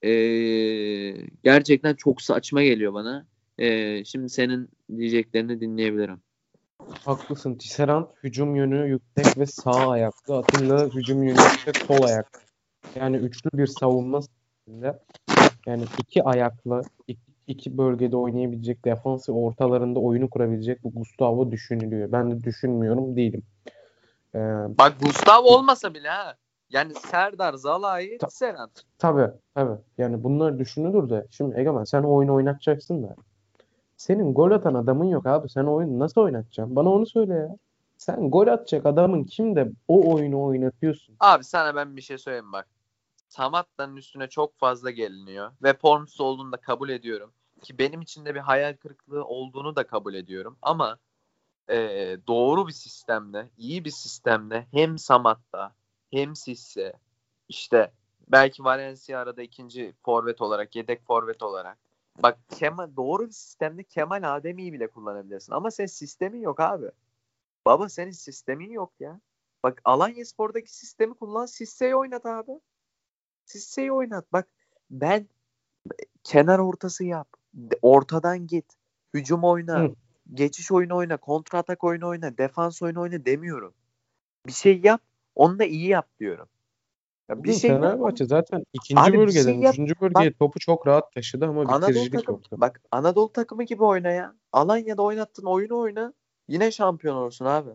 gerçekten çok saçma geliyor bana. Şimdi senin diyeceklerini dinleyebilirim. Haklısın. Tisserand hücum yönü yüksek ve sağ ayaklı. Atilla hücum yönü yüksek sol ayaklı. Yani üçlü bir savunma stilinde. Yani iki ayaklı, iki bölgede oynayabilecek, defans ve ortalarında oyunu kurabilecek bu Gustavo düşünülüyor. Ben de düşünmüyorum değilim. Ee, Bak Gustavo olmasa bile ha. Yani Serdar, Zalai, ta- Tisserand. tabii. Yani bunlar düşünülür de. Şimdi Egemen sen o oyunu oynatacaksın da. Senin gol atan adamın yok abi. Sen o oyunu nasıl oynatacaksın? Bana onu söyle ya. Sen gol atacak adamın kim de o oyunu oynatıyorsun? Abi sana ben bir şey söyleyeyim bak. Samatta'nın üstüne çok fazla geliniyor. Ve formsuz olduğunu da kabul ediyorum. Ki benim için de bir hayal kırıklığı olduğunu da kabul ediyorum. Ama doğru bir sistemde, iyi bir sistemde hem Samatta hem Sisse işte belki Valencia arada ikinci forvet olarak, yedek forvet olarak. Bak doğru bir sistemde Kemal Ademi'yi bile kullanabilirsin. Ama senin sistemin yok abi. Baba senin sistemin yok ya. Bak Alanyaspor'daki sistemi kullan. Sisse'yi oynat abi. Sisse'yi oynat. Bak ben kenar ortası yap. Ortadan git. Hücum oyna. Hı. Geçiş oyunu oyna. Kontra atak oyunu oyna. Defans oyunu oyna demiyorum. Bir şey yap. Onu da iyi yap diyorum. Ya bir Bugün şey yap onu. Fenerbahçe zaten ikinci Abi bir şey bölgeden yap. üçüncü Bak bölgeye topu çok rahat taşıdı ama Anadolu bitiricilik takım yoktu. bak Anadolu takımı gibi oyna ya. Alanya'da oynattığın oyunu oyna. Yine şampiyon olursun abi.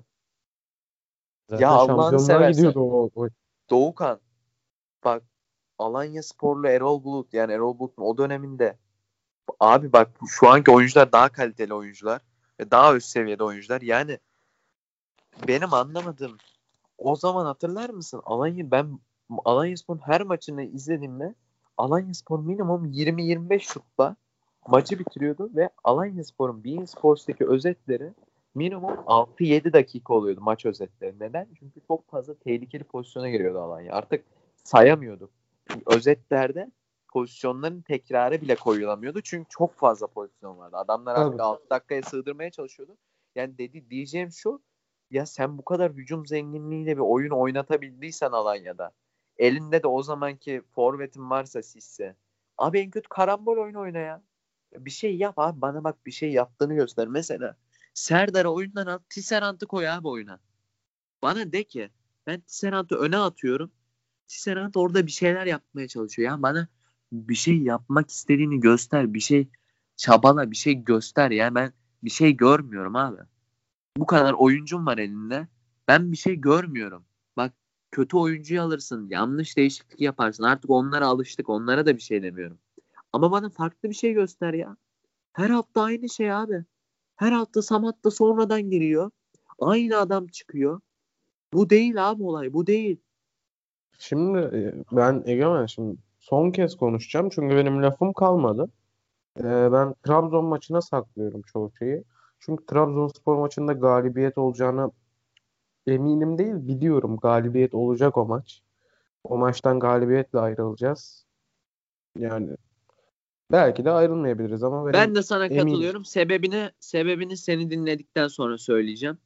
Ya Zaten Allah'ını şampiyonluğa seversen. gidiyordu o. Doğukan bak Alanyasporlu Erol Bulut yani Erol Bulut'un o döneminde abi bak şu anki oyuncular daha kaliteli oyuncular ve daha üst seviyede oyuncular. Yani benim anlamadığım o zaman hatırlar mısın? Ben Alanyaspor'un her maçını izlediğimde Alanyaspor minimum 20-25 şutla maçı bitiriyordu ve Alanyaspor'un beIN Sports'taki özetleri minimum 6-7 dakika oluyordu maç özetleri. Neden? Çünkü çok fazla tehlikeli pozisyona giriyordu Alanya. Artık sayamıyorduk. Çünkü özetlerde pozisyonların tekrarı bile koyulamıyordu. Çünkü çok fazla pozisyon vardı. Adamlar artık Tabii. 6 dakikaya sığdırmaya çalışıyordu. Yani diyeceğim şu ya sen bu kadar hücum zenginliğiyle bir oyun oynatabildiysen Alanya'da elinde de o zamanki forvetin varsa Sisse abi en kötü karambol oyunu oyna ya. Bir şey yap abi bana bak bir şey yaptığını göster. Mesela Serdar'ı oyundan al Tisserand'ı koy abi oyuna. Bana de ki ben Tisserand'ı öne atıyorum. Tisserand orada bir şeyler yapmaya çalışıyor. Ya bana bir şey yapmak istediğini göster. Bir şey çabala bir şey göster. Ya ben bir şey görmüyorum abi. Bu kadar oyuncum var elinde. Ben bir şey görmüyorum. Bak kötü oyuncuyu alırsın. Yanlış değişiklik yaparsın. Artık onlara alıştık. Onlara da bir şey demiyorum. Ama bana farklı bir şey göster ya. Her hafta aynı şey abi. Her hafta Samat sonradan giriyor. Aynı adam çıkıyor. Bu değil abi olay. Bu değil. Şimdi ben Egemen şimdi son kez konuşacağım çünkü benim lafım kalmadı. Ben Trabzon maçına saklıyorum çoğu şeyi. Çünkü Trabzonspor maçında galibiyet olacağını eminim değil biliyorum galibiyet olacak o maç. O maçtan galibiyetle ayrılacağız. Yani belki de ayrılmayabiliriz ama Ben benim de sana eminim. katılıyorum. Sebebini seni dinledikten sonra söyleyeceğim.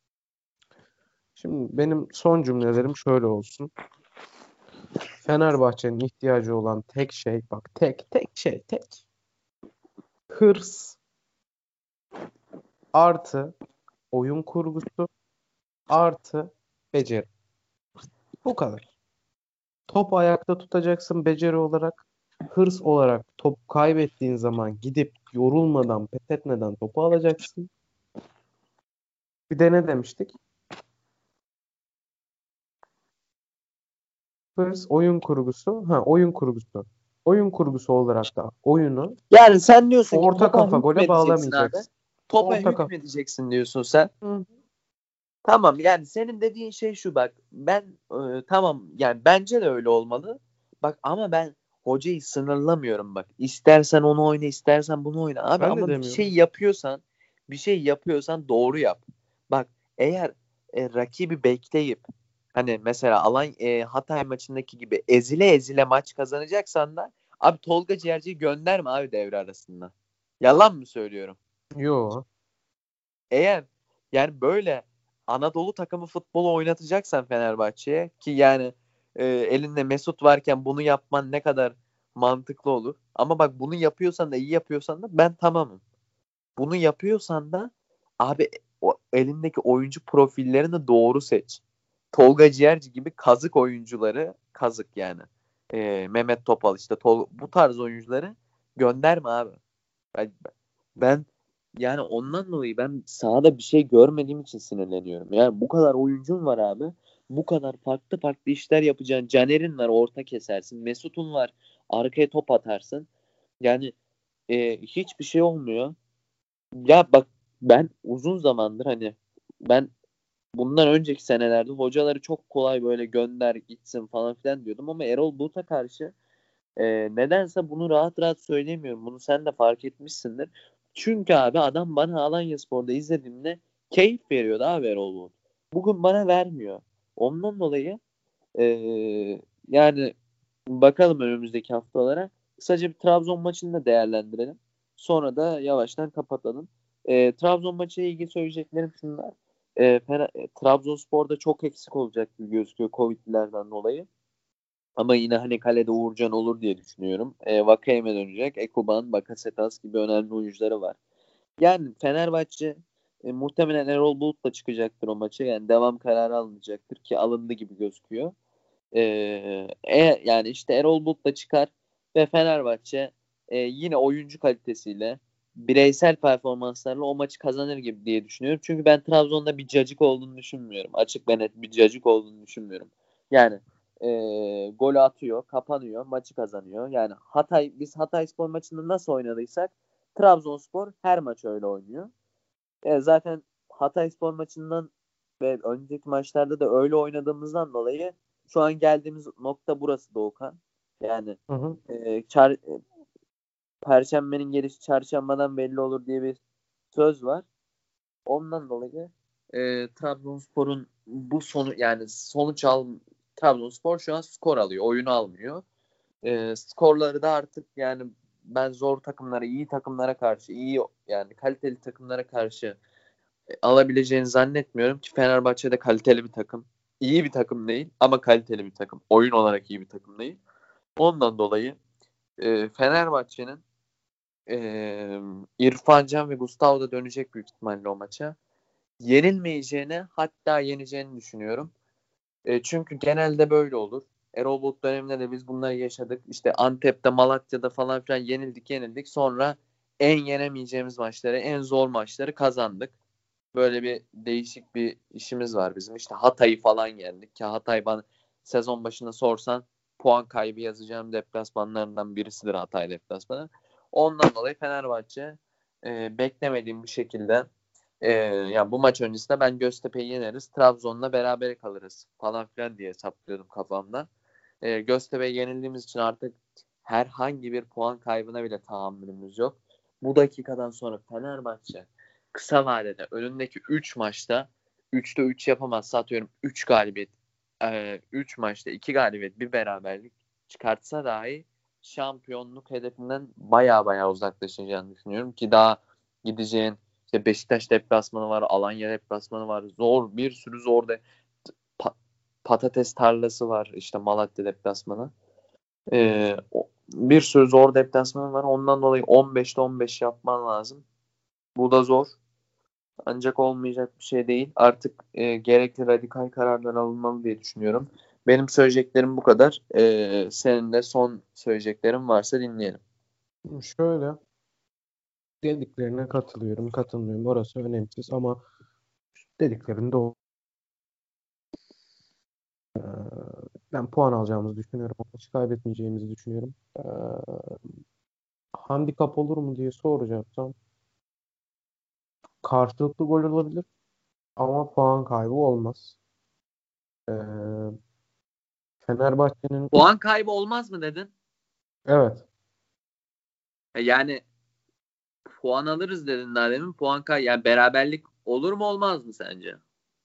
Şimdi benim son cümlelerim şöyle olsun. Fenerbahçe'nin ihtiyacı olan tek şey bak tek hırs artı oyun kurgusu artı beceri. Bu kadar. Top ayakta tutacaksın beceri olarak. Hırs olarak top kaybettiğin zaman gidip yorulmadan, pes etmeden topu alacaksın. Bir de ne demiştik? Hırs, oyun kurgusu. Oyun kurgusu. Oyun kurgusu olarak da oyunu Yani sen diyorsun ki orta topa kafa gole hükmedeceksin abi. bağlamayacaksın. Topa Orta kafa. hükmedeceksin diyorsun sen. Hı. Tamam yani senin dediğin şey şu bak. Ben tamam yani bence de öyle olmalı. Bak ama ben hocayı sınırlamıyorum bak. İstersen onu oyna, istersen bunu oyna. Abi Ben de ama demiyorum. bir şey yapıyorsan doğru yap. Bak eğer rakibi bekleyip hani mesela Hatay maçındaki gibi ezile ezile maç kazanacaksan da abi Tolga Ciğerci'yi gönderme abi devre arasında. Yalan mı söylüyorum? Yo. Eğer yani böyle Anadolu takımı futbolu oynatacaksan Fenerbahçe'ye ki yani elinde Mesut varken bunu yapman ne kadar mantıklı olur. Ama bak bunu yapıyorsan da iyi yapıyorsan da ben tamamım. Bunu yapıyorsan da abi o elindeki oyuncu profillerini doğru seç. Tolga Ciğerci gibi kazık oyuncuları kazık yani. Mehmet Topal işte bu tarz oyuncuları gönderme abi. Ben yani ondan dolayı ben sahada bir şey görmediğim için sinirleniyorum. Yani bu kadar oyuncun var abi. Bu kadar farklı farklı işler yapacağın. Caner'in var orta kesersin. Mesut'un var arkaya top atarsın. Yani hiçbir şey olmuyor. Ya bak ben uzun zamandır hani ben bundan önceki senelerde hocaları çok kolay böyle gönder gitsin falan filan diyordum ama Erol Bulut'a karşı nedense bunu rahat rahat söylemiyorum. Bunu sen de fark etmişsindir. Çünkü abi adam bana Alanyaspor'da izlediğimde keyif veriyordu abi Erol Bulut. Bugün bana vermiyor. Ondan dolayı e, yani bakalım önümüzdeki haftalara. Kısaca bir Trabzon maçını da değerlendirelim. Sonra da yavaştan kapatalım. Trabzon maçıyla ilgili söyleyeceklerim şunlar. Trabzonspor'da çok eksik olacak gibi gözüküyor Covid'lerden dolayı. Ama yine hani kalede Uğurcan olur diye düşünüyorum. Vakayeme dönecek. Ekuban, Bakasetas gibi önemli oyuncuları var. Yani Fenerbahçe muhtemelen Erol Bulut'la çıkacaktır o maça. Yani devam kararı alınacaktır ki alındı gibi gözüküyor. Yani işte Erol Bulut da çıkar ve Fenerbahçe yine oyuncu kalitesiyle bireysel performanslarla o maçı kazanır gibi diye düşünüyorum. Çünkü ben Trabzon'da bir cacık olduğunu düşünmüyorum. Açık ve net bir cacık olduğunu düşünmüyorum. Yani golü atıyor, kapanıyor, maçı kazanıyor. Yani biz Hatayspor maçında nasıl oynadıysak Trabzonspor her maç öyle oynuyor. Zaten Hatayspor maçından ve önceki maçlarda da öyle oynadığımızdan dolayı şu an geldiğimiz nokta burası Doğukan. Yani Hı hı. e, Perşembenin gelişi çarşambadan belli olur diye bir söz var. Ondan dolayı Trabzonspor'un bu yani Trabzonspor şu an skor alıyor, oyunu almıyor. Skorları da artık yani ben zor takımlara, iyi takımlara karşı, iyi yani kaliteli takımlara karşı alabileceğini zannetmiyorum ki Fenerbahçe'de kaliteli bir takım. İyi bir takım değil ama kaliteli bir takım. Oyun olarak iyi bir takım değil. Ondan dolayı Fenerbahçe'nin İrfan Can ve Gustavo da dönecek büyük ihtimalle o maça. Yenilmeyeceğini hatta yeneceğini düşünüyorum. Çünkü genelde böyle olur. Erol Bulut döneminde de biz bunları yaşadık. İşte Antep'te, Malatya'da falan filan yenildik. Sonra en yenemeyeceğimiz maçları, en zor maçları kazandık. Böyle bir değişik bir işimiz var bizim. İşte Hatay'ı falan yendik ki Hatay bana sezon başında sorsan puan kaybı yazacağım deplasmanlarından birisidir Hatay deplasmanı. Ondan dolayı Fenerbahçe beklemediğim bir şekilde ya bu maç öncesinde ben Göztepe'yi yeneriz, Trabzon'la berabere kalırız falan filan diye hesaplıyordum kafamda. Göztepe'ye yenildiğimiz için artık herhangi bir puan kaybına bile tahammülümüz yok. Bu dakikadan sonra Fenerbahçe kısa vadede önündeki 3 maçta 3'te 3 yapamazsa atıyorum 3 galibiyet 3 maçta 2 galibiyet bir beraberlik çıkartsa dahi şampiyonluk hedefinden baya uzaklaşacağını düşünüyorum ki daha gideceğin işte Beşiktaş deplasmanı var, Alanya deplasmanı var. Zor bir sürü zor pa- patates tarlası var işte Malatya deplasmanı. Bir sürü zor deplasmanı var. Ondan dolayı 15'te 15 yapman lazım. Bu da zor. Ancak olmayacak bir şey değil. Artık gerekli radikal kararlar alınmalı diye düşünüyorum. Benim söyleyeceklerim bu kadar. Senin de son söyleyeceklerin varsa dinleyelim. Şöyle dediklerine katılıyorum, katılmıyorum. Orası önemsiz ama dediklerinde ben puan alacağımızı düşünüyorum. Maçı kaybetmeyeceğimizi düşünüyorum. Handikap olur mu diye soracaksam karşılıklı gol olabilir ama puan kaybı olmaz. Ee, Fenerbahçe'nin Puan kaybı olmaz mı dedin? evet, Yani puan alırız dedin daha demin. Puan yani beraberlik olur mu olmaz mı sence?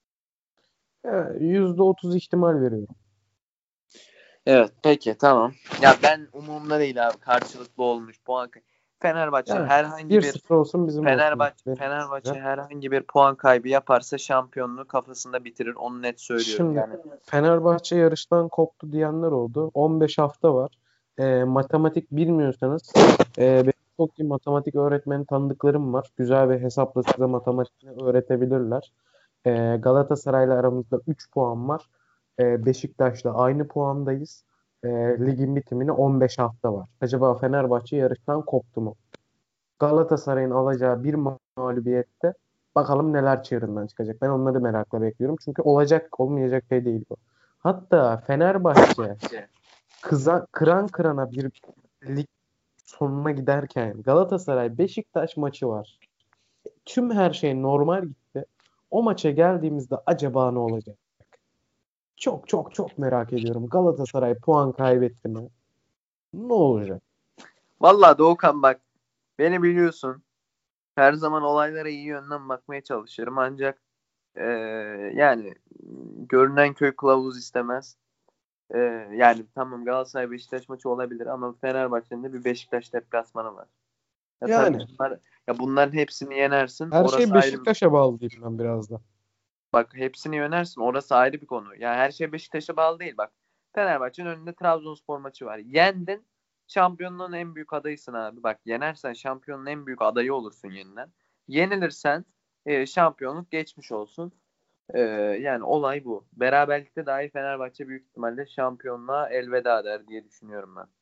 %30 ihtimal veriyorum. Evet peki tamam. Ya ben umurumda değil abi karşılıklı olmuş puan Fenerbahçe Yani herhangi bir 1-0 olsun bizim olsun. Fenerbahçe herhangi bir puan kaybı yaparsa şampiyonluğu kafasında bitirir. Onu net söylüyorum. Şimdi Yani Fenerbahçe yarıştan koptu diyenler oldu. 15 hafta var. Matematik bilmiyorsanız benim çok iyi matematik öğretmeni tanıdıklarım var. Güzel bir hesapla size matematikini öğretebilirler. Galatasaray'la aramızda 3 puan var. Beşiktaş'la aynı puandayız. Ligin bitimine 15 hafta var. Acaba Fenerbahçe yarıştan koptu mu? Galatasaray'ın alacağı bir mağlubiyette bakalım neler çığırından çıkacak. Ben onları merakla bekliyorum. Çünkü olacak olmayacak şey değil bu. Hatta Fenerbahçe kıran kırana bir lig sonuna giderken Galatasaray Beşiktaş maçı var. Tüm her şey normal gitti. O maça geldiğimizde acaba ne olacak? Çok çok çok merak ediyorum. Galatasaray puan kaybetti mi? Ne olacak? vallahi Doğukan bak, beni biliyorsun. Her zaman olaylara iyi yönden bakmaya çalışırım. Ancak yani görünen köy kılavuz istemez. Yani tamam, Galatasaray Beşiktaş maçı olabilir ama Fenerbahçe'nin de bir Beşiktaş deplasmanı var. Ya tabii Yani bunların hepsini yenersin. her şey Orası ayrı. Beşiktaş'a bağlı diyeyim ben biraz da. Bak, hepsini yenersin. Orası ayrı bir konu. Yani her şey Beşiktaş'a bağlı değil. Bak, Fenerbahçe'nin önünde Trabzonspor maçı var. Yendin. Şampiyonluğun en büyük adayısın abi. Bak, yenersen şampiyonun en büyük adayı olursun yenilen. Yenilirsen şampiyonluk geçmiş olsun. Yani olay bu. Beraberlikte dahi Fenerbahçe büyük ihtimalle şampiyonluğa elveda der diye düşünüyorum ben.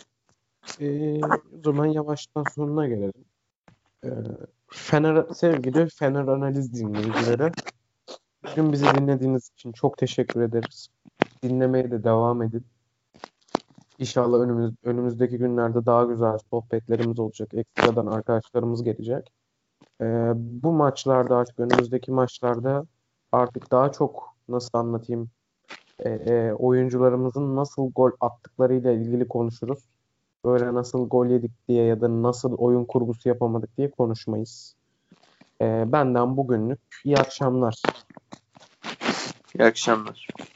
O zaman yavaştan sonuna gelelim. Ee, sevgili Fener Analiz dinleyicileri, bugün bizi dinlediğiniz için çok teşekkür ederiz. Dinlemeye de devam edin. İnşallah önümüzdeki günlerde daha güzel sohbetlerimiz olacak. Ekstradan arkadaşlarımız gelecek. Bu maçlarda artık önümüzdeki maçlarda artık daha çok nasıl anlatayım oyuncularımızın nasıl gol attıklarıyla ilgili konuşuruz. Böyle nasıl gol yedik diye ya da nasıl oyun kurgusu yapamadık diye konuşmayız. Benden bugünlük iyi akşamlar. İyi akşamlar.